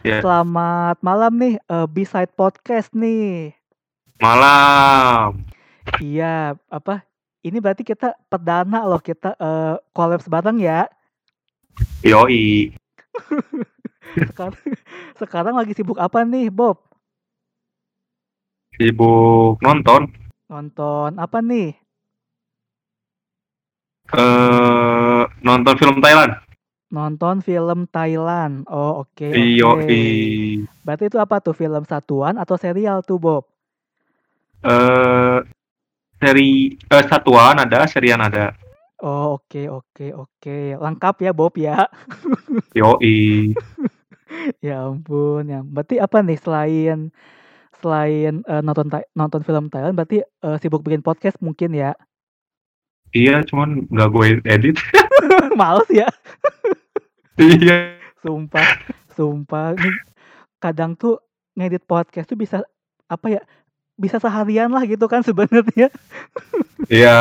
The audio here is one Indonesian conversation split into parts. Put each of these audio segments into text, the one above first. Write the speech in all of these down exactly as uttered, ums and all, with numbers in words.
Ya, Selamat malam nih, eh, B-Side Podcast nih. malam. Iya, apa? Ini berarti kita perdana loh kita eh, collabs bareng ya. Yoi. Sekarang sekarang lagi sibuk apa nih, Bob? Sibuk nonton. Nonton apa nih? eh nonton film Thailand. Nonton film Thailand. Oh, oke, oke. Yoi. Berarti itu apa tuh, film satuan atau serial tuh, Bob? eh seri eh, satuan ada, serian ada. Oh, oke, oke, oke. Lengkap ya, Bob ya. Yoi. Ya ampun, ya. Berarti apa nih selain selain eh, nonton Thai- nonton film Thailand, berarti eh, sibuk bikin podcast mungkin ya? Iya, cuman nggak gue edit. Males ya, Iya. sumpah, sumpah. Nih kadang tuh ngedit podcast tuh bisa apa ya? Bisa seharian lah gitu kan sebenarnya. Iya.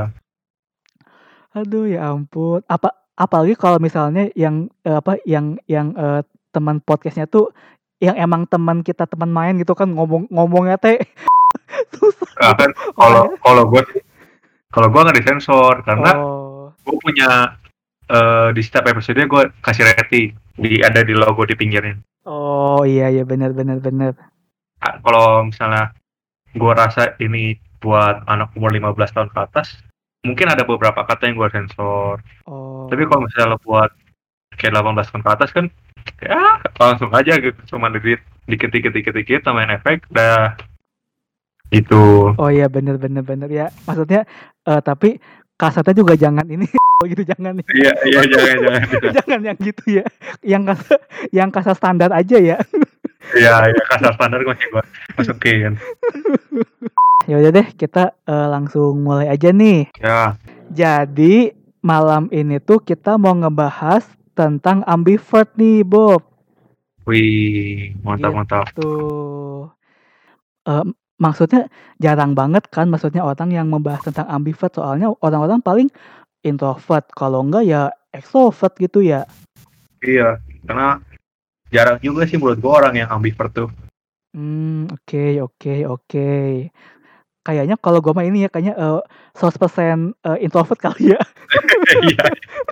Aduh ya ampun. Apa apalagi kalau misalnya yang eh, apa yang yang eh, teman podcastnya tuh yang emang teman kita teman main gitu kan ngomong ngomongnya teh susah Nah, gitu kan kalau orangnya. kalau gue kalau gue nggak disensor karena Oh, gue punya eh, di setiap episode gue kasih rating, di ada di logo di pinggirnya. oh iya iya benar benar benar. Nah, kalau misalnya gue rasa ini buat anak umur lima belas tahun ke atas, mungkin ada beberapa kata yang gue sensor. Tapi Oh. kalau misalnya buat kayak delapan belas tahun ke atas kan, ya langsung aja gitu, cuma dikit dikit dikit dikit dikit tambahin efek, dah itu. Oh iya bener bener bener ya. Maksudnya eh, tapi kasarnya juga jangan ini gitu jangan ya. Iya iya jangan jangan jangan. Jangan yang gitu ya. Yang kasar yang kasar standar aja ya. Iya iya kasar standar masih gue masukin. Ya udah deh kita eh, langsung mulai aja nih. Ya, Jadi malam ini tuh kita mau ngebahas tentang ambivert nih, Bob. wih mantap mantap. Gitu. Eh, maksudnya jarang banget kan maksudnya orang yang membahas tentang ambivert, soalnya orang-orang paling introvert, kalau enggak ya extrovert gitu ya. Iya, karena jarang juga sih menurut gue orang yang ambivert tuh. Hmm, oke oke oke. Kayaknya kalau gue mah ini ya kayaknya eh, seratus persen eh, introvert kali ya. Iya,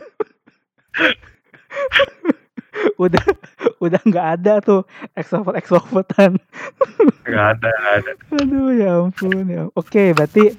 Udah udah nggak ada tuh extrovert extrovertan. nggak ada nggak ada. Aduh ya ampun ya. Oke, berarti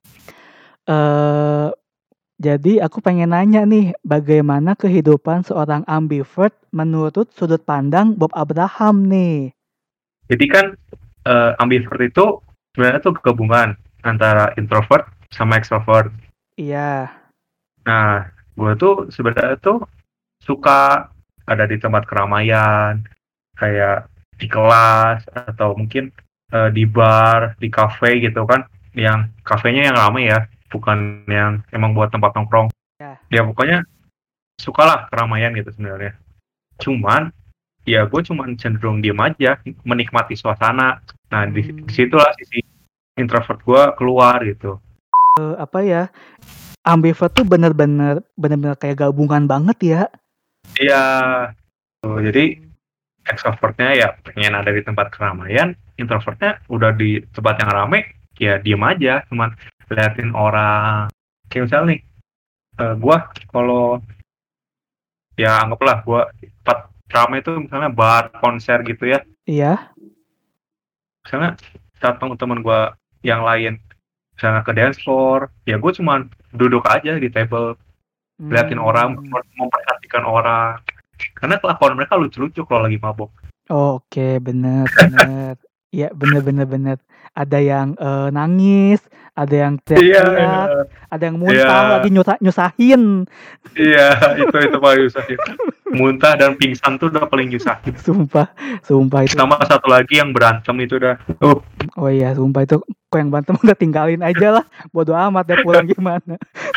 eh jadi aku pengen nanya nih, bagaimana kehidupan seorang ambivert menurut sudut pandang Bob Abraham nih? Jadi kan eh, ambivert itu sebenarnya tuh gabungan antara introvert sama extrovert. Iya. Nah, gue tuh sebenarnya tuh suka ada di tempat keramaian, kayak di kelas atau mungkin eh, di bar, di kafe gitu kan, yang kafenya yang ramai ya, bukan yang emang buat tempat nongkrong. Ya. Ya pokoknya sukalah keramaian gitu sebenarnya. Cuman ya gue cuman cenderung diem aja, menikmati suasana. Nah di Hmm, disitulah sisi introvert gue keluar gitu. eh, apa ya? Ambivert tuh bener-bener bener-bener kayak gabungan banget ya. Iya, tuh, jadi extrovertnya ya pengen ada di tempat keramaian, introvertnya udah di tempat yang ramai, ya diem aja, cuman liatin orang. Kayak misalnya nih, uh, gue kalau ya anggaplah gue tempat ramai itu misalnya bar, konser gitu ya, Iya. misalnya saat teman-teman gue yang lain misalnya ke dance floor, ya gue cuman duduk aja di table, liatin orang, Hmm. memperhatikan orang. Karena kelakuan mereka lucu-lucu kalau lagi mabok. Oh, oke, bener bener. Iya, bener bener bener. Ada yang eh, nangis, ada yang Iya, teriak-teriak, ada yang iya, muntah lagi nyusah nyusahin. iya, itu itu paling nyusahin. Muntah dan pingsan tuh udah paling nyusahin. Sumpah, sumpah itu. Sama satu lagi yang berantem itu udah, oh, Oh iya, sumpah itu kok yang berantem udah tinggalin aja lah. Bodo amat deh pulang gimana.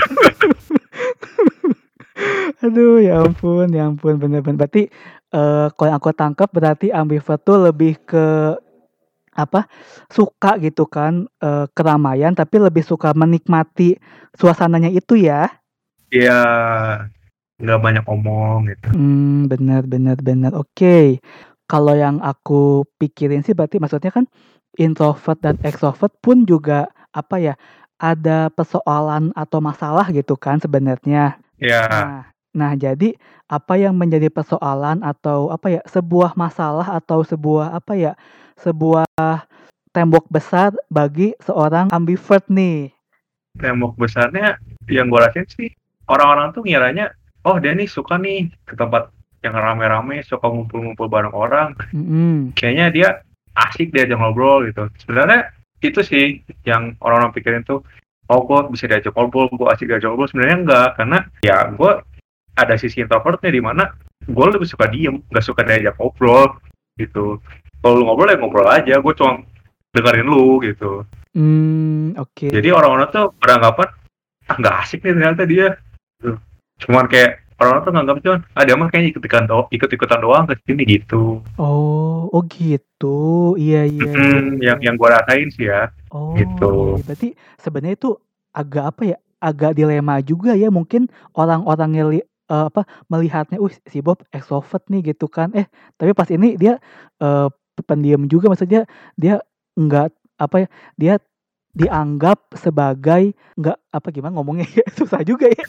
Aduh, ya ampun, ya ampun, bener-bener. Berarti eh, kalau yang aku tangkap berarti ambivert tuh lebih ke apa? Suka gitu kan eh, keramaian, tapi lebih suka menikmati suasananya itu ya. iya, nggak banyak omong gitu. Hmm, benar, benar, benar. Oke. kalau yang aku pikirin sih berarti maksudnya kan introvert dan extrovert pun juga apa ya, ada persoalan atau masalah gitu kan sebenarnya. Ya, Nah nah jadi apa yang menjadi persoalan atau apa ya, sebuah masalah atau sebuah apa ya, sebuah tembok besar bagi seorang ambivert nih? tembok besarnya yang gue rasain sih orang-orang tuh ngiranya, oh dia nih suka nih ke tempat yang rame-rame, suka ngumpul-ngumpul bareng orang, Mhm. kayaknya dia asik diajak ngobrol gitu. Sebenarnya itu sih yang orang-orang pikirin tuh, oh gue bisa diajak ngobrol, gue asik diajak ngobrol. Sebenarnya enggak, karena ya gue ada sisi introvertnya di mana gue lebih suka diem, nggak suka diajak ngobrol gitu. Kalau lu ngobrol ya ngobrol aja, gue cuma dengerin lu gitu. Mmm, oke. Jadi orang-orang tuh beranggapan, ah nggak asik nih ternyata dia. Gitu. Cuman kayak orang-orang tuh nganggap cuman, ah dia mah kayaknya ikut-ikutan do- ikut-ikutan doang ke sini gitu. Oh oh gitu. Iya iya iya Hmm, iya. yang yang gue rasain sih ya, Oh, iya gitu. iya. Berarti sebenarnya itu agak apa ya, agak dilema juga ya mungkin orang-orang ngeli eee, apa, melihatnya, "Wih, si Bob extrovert nih," gitu kan. Eh, tapi pas ini dia, eee, pendiam juga, maksudnya dia enggak apa ya, dia dianggap sebagai nggak apa, gimana ngomongnya ya, susah juga ya.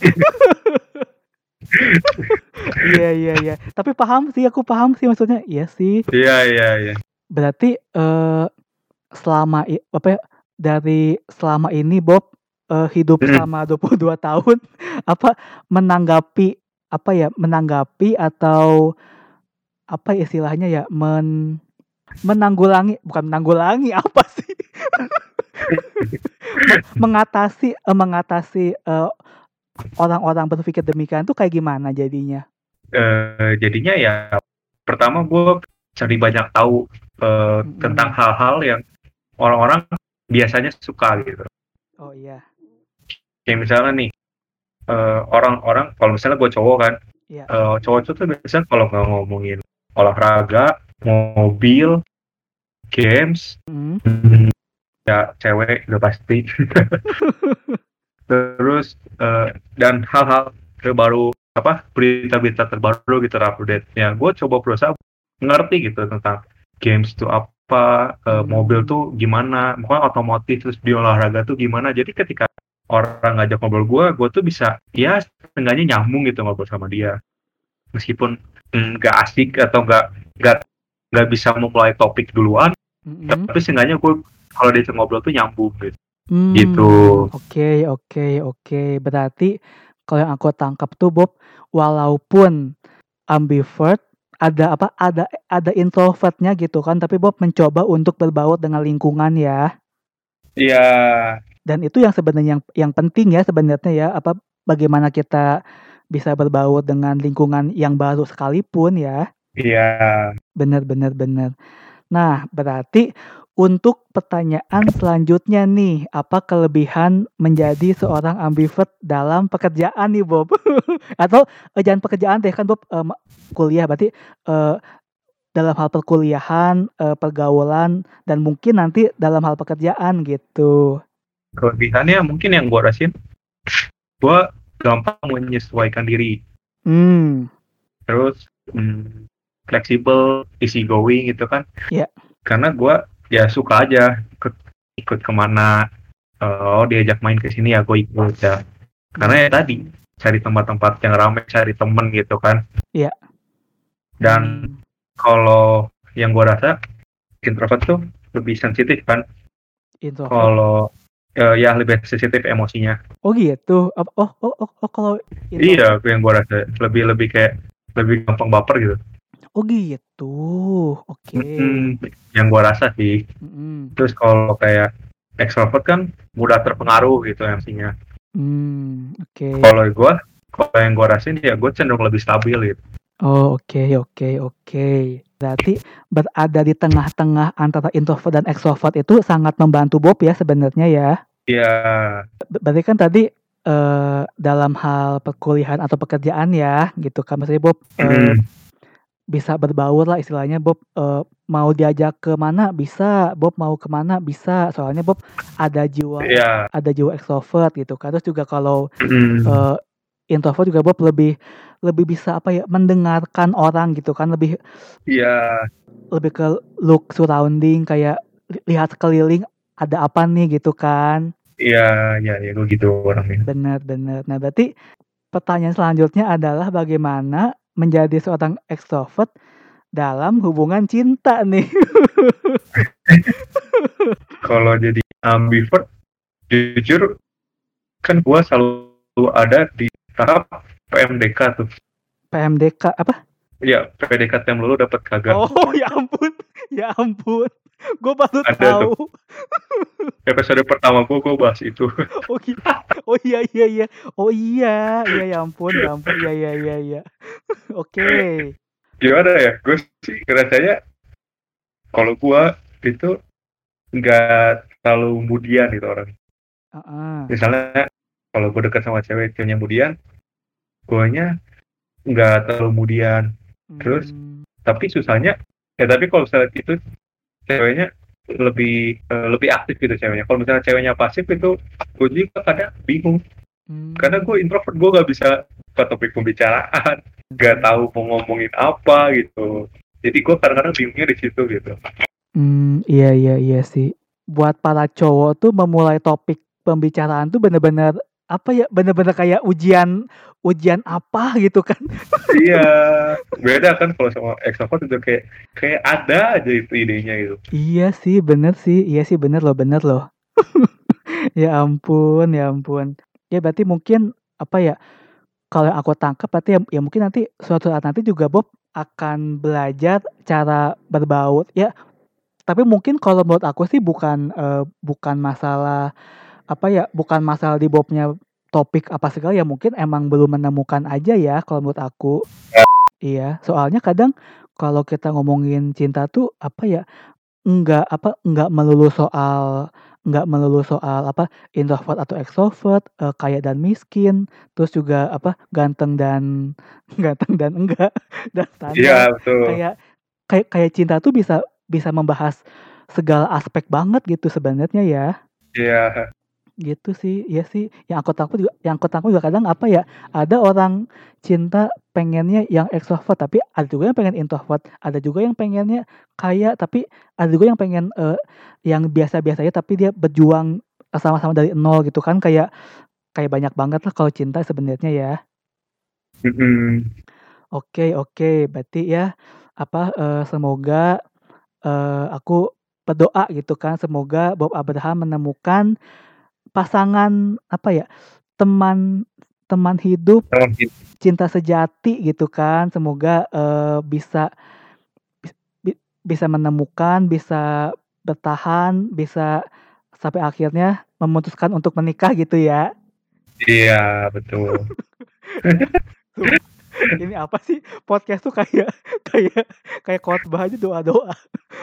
Iya iya iya. Tapi paham sih, aku paham sih maksudnya. Iya sih. Iya iya iya. Berarti, eee, selama i apa ya, dari selama ini Bob, eee, hidup Hmm. selama dua puluh dua tahun, apa, menanggapi, apa ya, menanggapi atau apa istilahnya ya, men menanggulangi bukan menanggulangi, apa sih? Me mengatasi, eee, mengatasi, eee, orang-orang berpikir demikian tuh kayak gimana jadinya? Eee, jadinya ya pertama gue cari banyak tahu, eee, tentang Mhm. hal-hal yang orang-orang biasanya suka gitu. Oh iya. Kayak misalnya nih, eee, orang-orang kalau misalnya gue cowok kan, Iya. eee, cowok itu tuh biasanya kalau nggak ngomongin olahraga, mobil, games, Mhm. hmm, ya cewek udah pasti. Terus, eee, dan hal-hal terbaru, apa, berita-berita terbaru gitu, update. Ya gue coba berusaha ngerti gitu tentang games tuh apa, eee, mobil Mmm. tuh gimana, pokoknya otomotif, terus di olahraga tuh gimana. Jadi ketika orang ngajak ngobrol gue, gue tuh bisa, ya seenggaknya nyambung gitu ngobrol sama dia. Meskipun nggak mm, asik atau nggak nggak nggak bisa memulai topik duluan, Mhm. tapi seenggaknya gue kalau diajak ngobrol tuh nyambung gitu. Gitu. Mmm, oke oke oke. Berarti kalau yang aku tangkap tuh Bob, walaupun ambivert, ada apa, ada ada introvert-nya gitu kan, tapi Bob mencoba untuk berbaur dengan lingkungan ya. Iya, Dan itu yang sebenarnya yang yang penting ya sebenarnya ya, apa, bagaimana kita bisa berbaur dengan lingkungan yang baru sekalipun ya. iya. Bener bener bener. Nah, berarti untuk pertanyaan selanjutnya nih, apa kelebihan menjadi seorang ambivert dalam pekerjaan nih, Bob? Atau, eee, jangan pekerjaan deh, kan Bob, eee, ma kuliah berarti, eee, dalam hal perkuliahan, eee, pergaulan, dan mungkin nanti dalam hal pekerjaan gitu. Kelebihannya mungkin yang gue rasain, gue gampang menyesuaikan diri. Mmm, Terus, mmm, fleksibel, easy going gitu kan. iya. Karena gue ya suka aja ikut ikut kemana, oh diajak main ke sini ya gue ikut ya. Karena ya tadi, Mmm, cari tempat-tempat yang ramai, cari temen gitu kan. iya. Dan Mmm, kalau yang gue rasa, introvert tuh lebih sensitif kan. introvert. Kalau, eee, ya lebih sensitif emosinya. Oh gitu? Ap oh oh oh oh kalau introvert. Iya, yang gue rasa lebih lebih kayak lebih gampang baper gitu. Oh gitu, oke. Mhm, yang gue rasa sih. Mhm. Terus kalau kayak extrovert kan mudah terpengaruh gitu emosinya. Mmm, oke. Kalau gue, kalau yang gue rasain ya gue cenderung lebih stabil gitu. Oh, oke oke oke. Berarti berada di tengah-tengah antara introvert dan extrovert itu sangat membantu Bob ya sebenarnya ya? Iya, Be berarti kan tadi, eee, dalam hal perkuliahan atau pekerjaan ya gitu kan, maksudnya Bob, eee, mhm, bisa berbaur lah istilahnya Bob, eee, mau diajak ke mana bisa, Bob mau ke mana bisa, soalnya Bob ada jiwa ek iya, ada jiwa ekstrovert gitu kan. Terus juga kalau, mhm, eee introvert juga Bob lebih lebih bisa apa ya, mendengarkan orang gitu kan, lebih Iya. lebih ke look surrounding kayak li lihat sekeliling ada apa nih gitu kan. Iya iya iya, gue gitu orangnya. Bener bener. Nah berarti pertanyaan selanjutnya adalah bagaimana menjadi seorang ekstrovert dalam hubungan cinta nih? Kalau jadi ambivert, jujur kan gue selalu ada di tahap P M D K tuh. P M D K apa? Iya, P D K T yang lulu dapat kagak. Oh ya ampun, ya ampun, gue baru Ada tuh. tahu. Episode pertama gue gue bahas itu. Oh gitu. Oh iya iya iya. Oh iya, iya ya ampun, ya ampun, iya iya iya iya. Oke. Gimana ya? Gue sih rasanya kalau gue itu nggak terlalu mudian gitu orang. Heeh. Misalnya kalau gue dekat sama cewek, ceweknya mudian, guanya nggak terlalu mudian. Terus Mmm. tapi susahnya ya tapi kalau misalnya itu ceweknya lebih uh, lebih aktif gitu ceweknya. Kalau misalnya ceweknya pasif itu gue juga kadang bingung. Karena gue Mmm. introvert, gue nggak bisa ke topik pembicaraan, nggak tahu mau ngomongin apa gitu. Jadi gue kadang-kadang bingungnya di situ gitu. Mmm, iya iya iya sih. Buat para cowok tuh memulai topik pembicaraan tuh bener-bener, apa ya, bener-bener kayak ujian ujian apa gitu kan. Iya, beda kan kalau sama extrovert itu kayak kayak ada aja itu idenya gitu. Iya sih, bener sih. Iya sih, bener loh bener loh. Ya ampun ya ampun. Ya berarti mungkin, apa ya, kalau yang aku tangkap berarti ya ya mungkin nanti suatu saat nanti juga Bob akan belajar cara berbaur ya, tapi mungkin kalau menurut aku sih bukan, eee, bukan masalah, apa ya, bukan masalah di Bobnya topik apa segala ya, mungkin emang belum menemukan aja ya kalau menurut aku. Iya, soalnya kadang kalau kita ngomongin cinta tuh, apa ya, enggak, apa, enggak melulu soal enggak melulu soal, apa, introvert atau extrovert, eee, kaya dan miskin, terus juga, apa, ganteng dan ganteng dan enggak, dan Iya standar. betul. Kayak kayak kayak cinta tuh bisa bisa membahas segala aspek banget gitu sebenarnya ya. Iya. Gitu sih, iya sih. Yang aku takut juga yang aku takut juga kadang, apa ya, ada orang cinta pengennya yang ekstrovert, tapi ada juga yang pengen introvert, ada juga yang pengennya kaya, tapi ada juga yang pengen, eee, yang biasa-biasa aja tapi dia berjuang, eee, sama-sama dari nol gitu kan, kayak kayak banyak banget lah kalau cinta sebenarnya ya. Mhm. Oke oke, berarti ya, apa, eee, semoga, eee, aku berdoa gitu kan, semoga Bob Abraham menemukan pasangan, apa ya, teman teman hidup, Oh gitu. cinta sejati gitu kan. Semoga, eee, bisa bis bi bisa menemukan, bisa bertahan, bisa sampai akhirnya memutuskan untuk menikah gitu ya. Iya betul. Sumpah, ini apa sih, podcast tuh kayak kayak kayak khotbah aja doa-doa.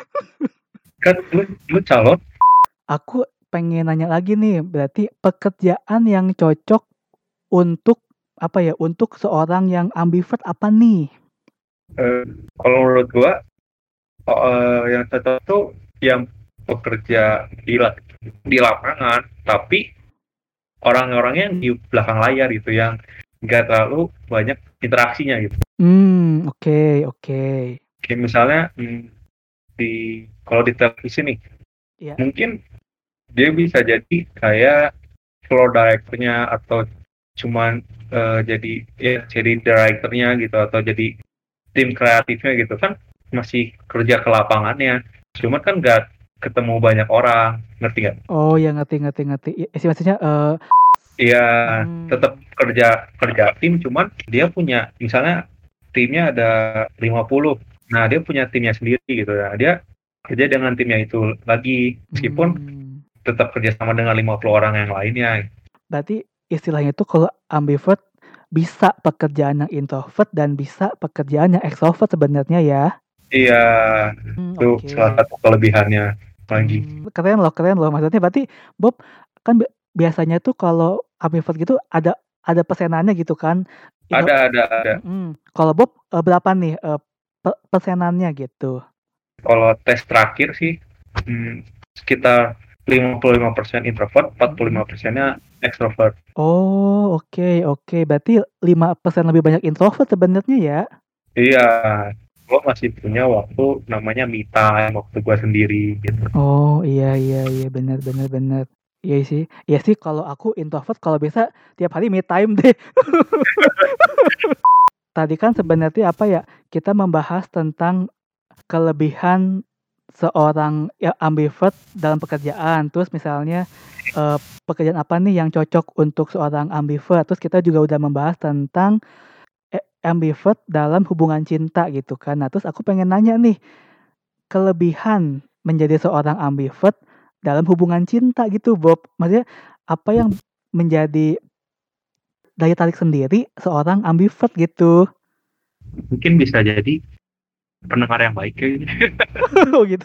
Kan lu lu calon. Aku pengen nanya lagi nih, berarti pekerjaan yang cocok untuk, apa ya, untuk seorang yang ambivert apa nih? Eee, kalau menurut gua, eee, yang cocok tuh yang bekerja di la di lapangan, tapi orang-orangnya di belakang layar gitu, yang nggak terlalu banyak interaksinya gitu. Mmm, oke oke. Kayak misalnya, mmm, di kalau di televisi nih, Iya. mungkin dia bisa jadi kayak floor director-nya atau cuman, eee, jadi ya jadi director-nya gitu atau jadi tim kreatifnya gitu kan, masih kerja ke lapangannya. Cuman kan nggak ketemu banyak orang, ngerti nggak? Oh ya, ngerti ngerti ngerti. Iya sih maksudnya, eee Iya, tetap mmm, kerja kerja tim, cuman dia punya misalnya timnya ada lima puluh. Nah, dia punya timnya sendiri gitu ya. Dia kerja dengan timnya itu lagi, meskipun mmm, tetap kerja sama dengan lima puluh orang yang lainnya. berarti istilahnya itu kalau ambivert bisa pekerjaan yang introvert dan bisa pekerjaan yang ekstrovert sebenarnya ya? Iya, Mmm, itu oke. salah satu kelebihannya lagi. Mmm, keren loh keren loh. Maksudnya berarti Bob kan bia biasanya tuh kalau ambivert gitu ada ada persenannya gitu kan? Intro Ada ada ada. mhm. Kalau Bob, eee, berapa nih, eee, pe persenannya gitu? Kalau tes terakhir sih, mmm, sekitar lima puluh lima persen introvert, empat puluh lima Mhm. persennya extrovert. Oh, oke oke. Berarti lima persen lebih banyak introvert sebenarnya ya? Iya, gue masih punya waktu namanya me time, waktu gue sendiri gitu. Oh, iya iya iya, benar benar benar. Iya sih iya sih kalau aku introvert kalau bisa tiap hari me time deh. Tadi kan sebenarnya apa ya, kita membahas tentang kelebihan seorang ya ambivert dalam pekerjaan. Terus misalnya, eee, pekerjaan apa nih yang cocok untuk seorang ambivert. Terus kita juga udah membahas tentang e ambivert dalam hubungan cinta gitu kan. Nah, terus aku pengen nanya nih, kelebihan menjadi seorang ambivert dalam hubungan cinta gitu, Bob. Maksudnya apa yang menjadi daya tarik sendiri seorang ambivert gitu? Mungkin bisa jadi pendengar yang baik kayaknya. Oh gitu.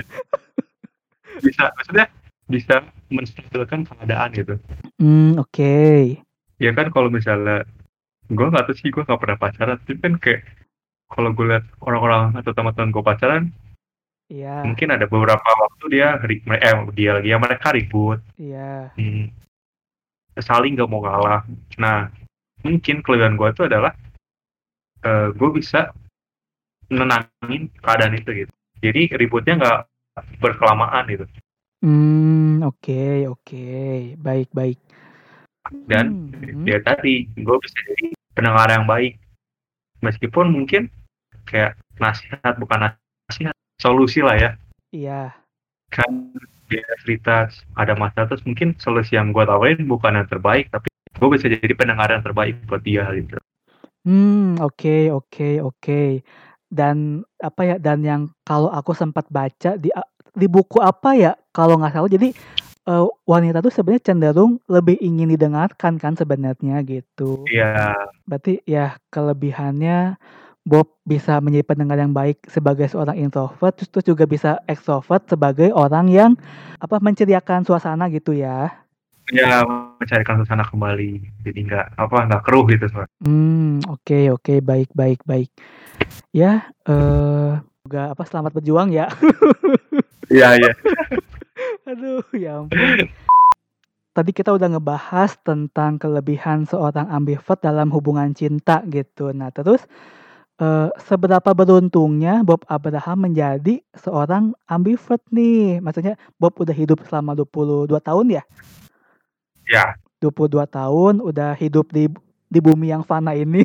Bisa, maksudnya bisa menstabilkan keadaan gitu. Mmm, oke. Ya kan kalau misalnya gue nggak tahu sih, gue nggak pernah pacaran, tapi kan kayak kalau gue lihat orang-orang atau teman-teman gue pacaran, Iya mungkin ada beberapa waktu dia ri- eh dia lagi ya mereka ribut, iya. hmm, saling gak mau kalah. Nah, mungkin kelebihan gue itu adalah eh, gue bisa nenangin keadaan itu gitu. Jadi ributnya nggak berkelamaan gitu. Mmm, oke oke. Baik baik. Dan Mhm. ya tadi gue bisa jadi pendengar yang baik, meskipun mungkin kayak nasihat bukan nasihat, solusi lah ya. Iya. Kan dia cerita ada masalah, terus mungkin solusi yang gue tawarin bukan yang terbaik, tapi gue bisa jadi pendengar yang terbaik buat dia gitu. Mmm, oke oke oke. Dan apa ya, dan yang kalau aku sempat baca di a di buku apa ya, kalau nggak salah jadi, eee, wanita tuh sebenarnya cenderung lebih ingin didengarkan kan sebenarnya gitu. Iya, Berarti ya kelebihannya Bob bisa menjadi pendengar yang baik sebagai seorang introvert, terus terus juga bisa ekstrovert sebagai orang yang apa, menceriakan suasana gitu ya? ya mencarikan suasana kembali, jadi nggak apa nggak keruh gitu soalnya. Mmm, oke oke, baik baik baik. Ya, eee, semoga apa, selamat berjuang ya. Iya iya. Aduh, ya ampun. Tadi kita udah ngebahas tentang kelebihan seorang ambivert dalam hubungan cinta gitu. Nah terus, eee, seberapa beruntungnya Bob Abraham menjadi seorang ambivert nih? Maksudnya Bob udah hidup selama dua puluh dua tahun ya? Ya, dua puluh dua tahun udah hidup di di bumi yang fana ini,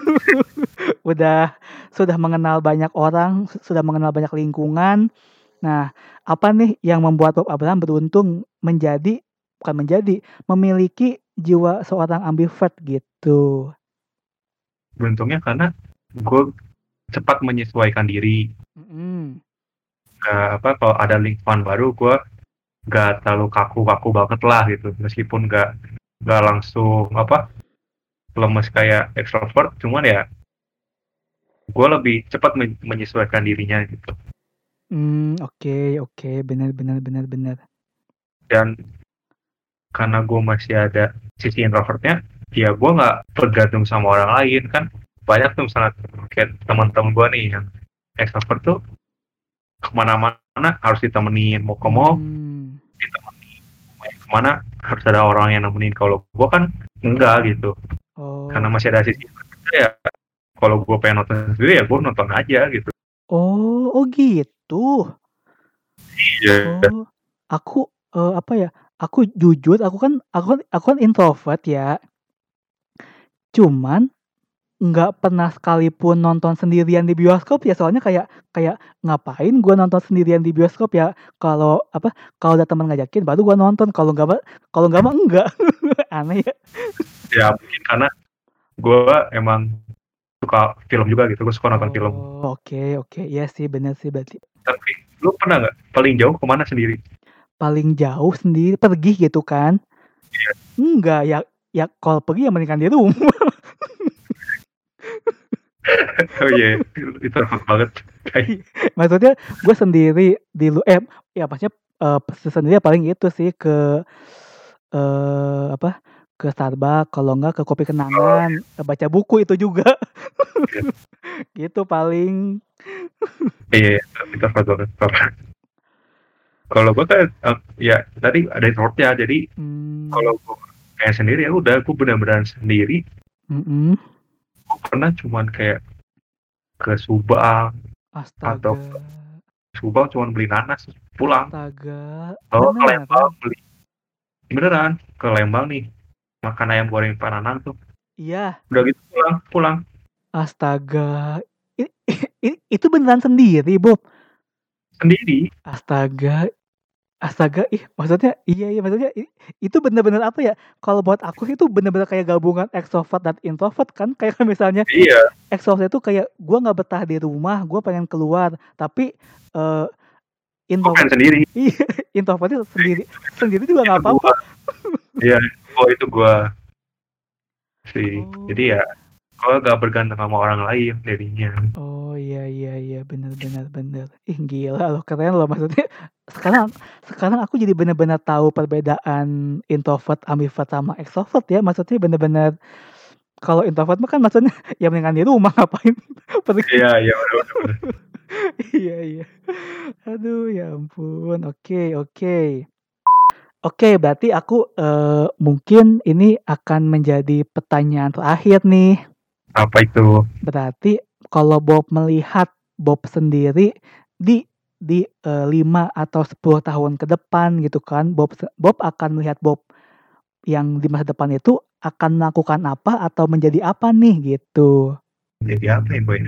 udah sudah mengenal banyak orang, su sudah mengenal banyak lingkungan. Nah, apa nih yang membuat Bob Abraham beruntung menjadi bukan menjadi, memiliki jiwa seorang ambivert gitu? beruntungnya karena gue cepat menyesuaikan diri. Mhm. Nggak apa, kalau ada lingkungan baru gue nggak terlalu kaku-kaku banget lah gitu, meskipun nggak nggak langsung apa lemes kayak extrovert, cuman ya gue lebih cepat men- menyesuaikan dirinya gitu. Mmm, oke oke, benar benar benar benar. Dan karena gue masih ada sisi introvertnya, ya gue nggak tergantung sama orang lain kan. Banyak tuh misalnya kayak teman-teman gue nih yang extrovert tuh kemana-mana harus ditemenin, mau ke mall Mmm, ditemenin, mau kemana harus ada orang yang nemenin. Kalau gue kan enggak gitu, karena oh masih ada sisi introvertnya ya. Kalau gue pengen nonton sendiri ya gue nonton aja gitu. oh oh gitu? Iya. Oh, aku, eee, apa ya, aku jujur aku kan aku kan aku kan introvert ya, cuman nggak pernah sekalipun nonton sendirian di bioskop ya, soalnya kayak kayak ngapain gua nonton sendirian di bioskop ya, kalau apa, kalau ada teman ngajakin baru gua nonton, kalau nggak mah kalau nggak mah enggak. Aneh ya. Ya mungkin karena gue emang suka film juga gitu, gue suka nonton film. Oh, oke oke, iya sih bener sih berarti. Tapi lu pernah nggak paling jauh kemana sendiri? Paling jauh sendiri pergi gitu kan? Enggak, ya ya kalau pergi ya mendingan di rumah. Oh iya, itu repot banget. Kayak Maksudnya gue sendiri di lu eh, ya maksudnya, eee, sendiri ya paling itu sih ke, eee, apa, ke Starbucks, kalau enggak ke Kopi oh Kenangan, eee, baca buku itu juga, iya, gitu paling. iya, iya, itu repot banget. Parah. Kalau gue kan uh, ya tadi ada introvert jadi Hmm. kalau gue kayak sendiri ya udah gue benar-benar sendiri. Mm-mm. Gue pernah cuman kayak ke Subang atau Astaga. Subang cuman beli nanas pulang. Astaga. Oh ke Lembang Beneran? beli beneran ke Lembang nih makan ayam goreng Pananang tuh. Iya. Udah gitu pulang pulang. Astaga. I- i- itu beneran sendiri, Bob? Sendiri. Astaga. Astaga, ih maksudnya iya iya maksudnya i- itu bener-bener apa ya? Kalau buat aku sih itu bener-bener kayak gabungan extrovert dan introvert kan. Kayak misalnya Iya. extrovert itu kayak gua nggak betah di rumah, gua pengen keluar. Tapi eh Gue introvert pengen sendiri. iya, introvertnya sendiri sendiri juga Itu nggak apa-apa. gue. Iya. Oh itu gue sih. Jadi Oh. ya gue gak bergantung sama orang lain jadinya. Oh iya iya iya benar benar benar. Ih gila loh keren loh maksudnya. Sekarang sekarang aku jadi benar-benar tahu perbedaan introvert, ambivert sama extrovert ya. Maksudnya benar-benar kalau introvert mah kan maksudnya ya mendingan di rumah ngapain pergi. Iya iya benar-benar. Iya iya. Aduh ya ampun. Oke oke. Oke berarti aku eh, mungkin ini akan menjadi pertanyaan terakhir nih. Apa itu? Berarti kalau Bob melihat Bob sendiri di di eh, lima atau sepuluh tahun ke depan gitu kan, Bob se- Bob akan melihat Bob yang di masa depan itu akan melakukan apa atau menjadi apa nih gitu. Jadi apa ya boy?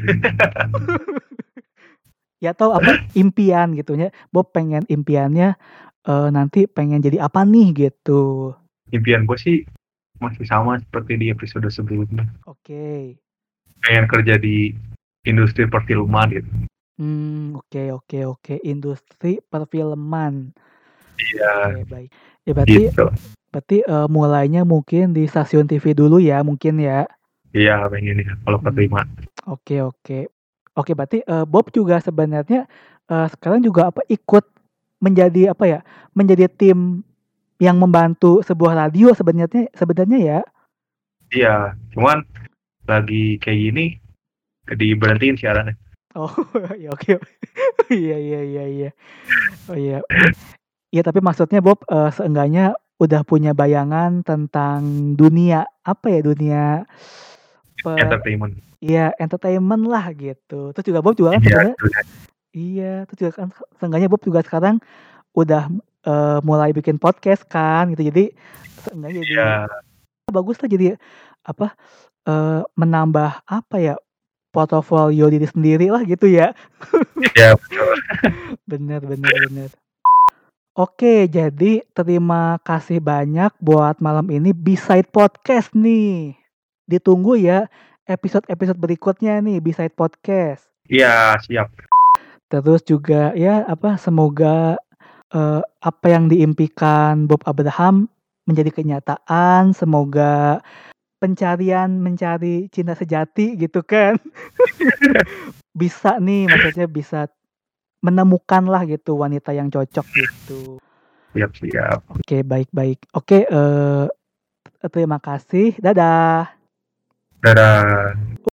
Ya atau apa impian gitu ya. Bob pengen impiannya eh, nanti pengen jadi apa nih gitu. Impian gue sih masih sama seperti di episode sebelumnya. Oke. Pengen kerja di industri perfilman gitu. Hmm, oke oke oke industri perfilman. Iya. Oke, baik. Ya berarti Gitu. berarti eh, mulainya mungkin di stasiun T V dulu ya, mungkin ya. Iya pengen ya kalau Hmm, keterima. Oke oke. Oke, berarti eh, Bob juga sebenarnya eh, sekarang juga apa ikut menjadi apa ya? Menjadi tim yang membantu sebuah radio sebenarnya sebenarnya ya. Iya. Cuman lagi kayak gini diberhentiin siarannya. Oh, ya oke. Iya iya iya iya. Oh iya. Iya, tapi maksudnya Bob eh, seenggaknya udah punya bayangan tentang dunia apa ya dunia per Entertainment. iya entertainment lah gitu. Terus juga Bob juga kan Iya. sebenarnya Dunia. iya, terus juga kan seenggaknya Bob juga sekarang udah eh, mulai bikin podcast kan gitu. Jadi seenggaknya jadi Iya. bagus lah jadi apa eh, menambah apa ya portofolio diri sendiri lah gitu ya. Iya betul. Bener bener bener. Oke, jadi terima kasih banyak buat malam ini B-Side Podcast nih. Ditunggu ya episode-episode berikutnya nih B-Side Podcast. Iya siap. Terus juga ya apa semoga eh, apa yang diimpikan Bob Abraham menjadi kenyataan. Semoga pencarian mencari cinta sejati gitu kan. Bisa nih maksudnya bisa menemukan lah gitu wanita yang cocok gitu. Siap siap. Oke, baik-baik. Oke, eh terima kasih. Dadah. Dadah.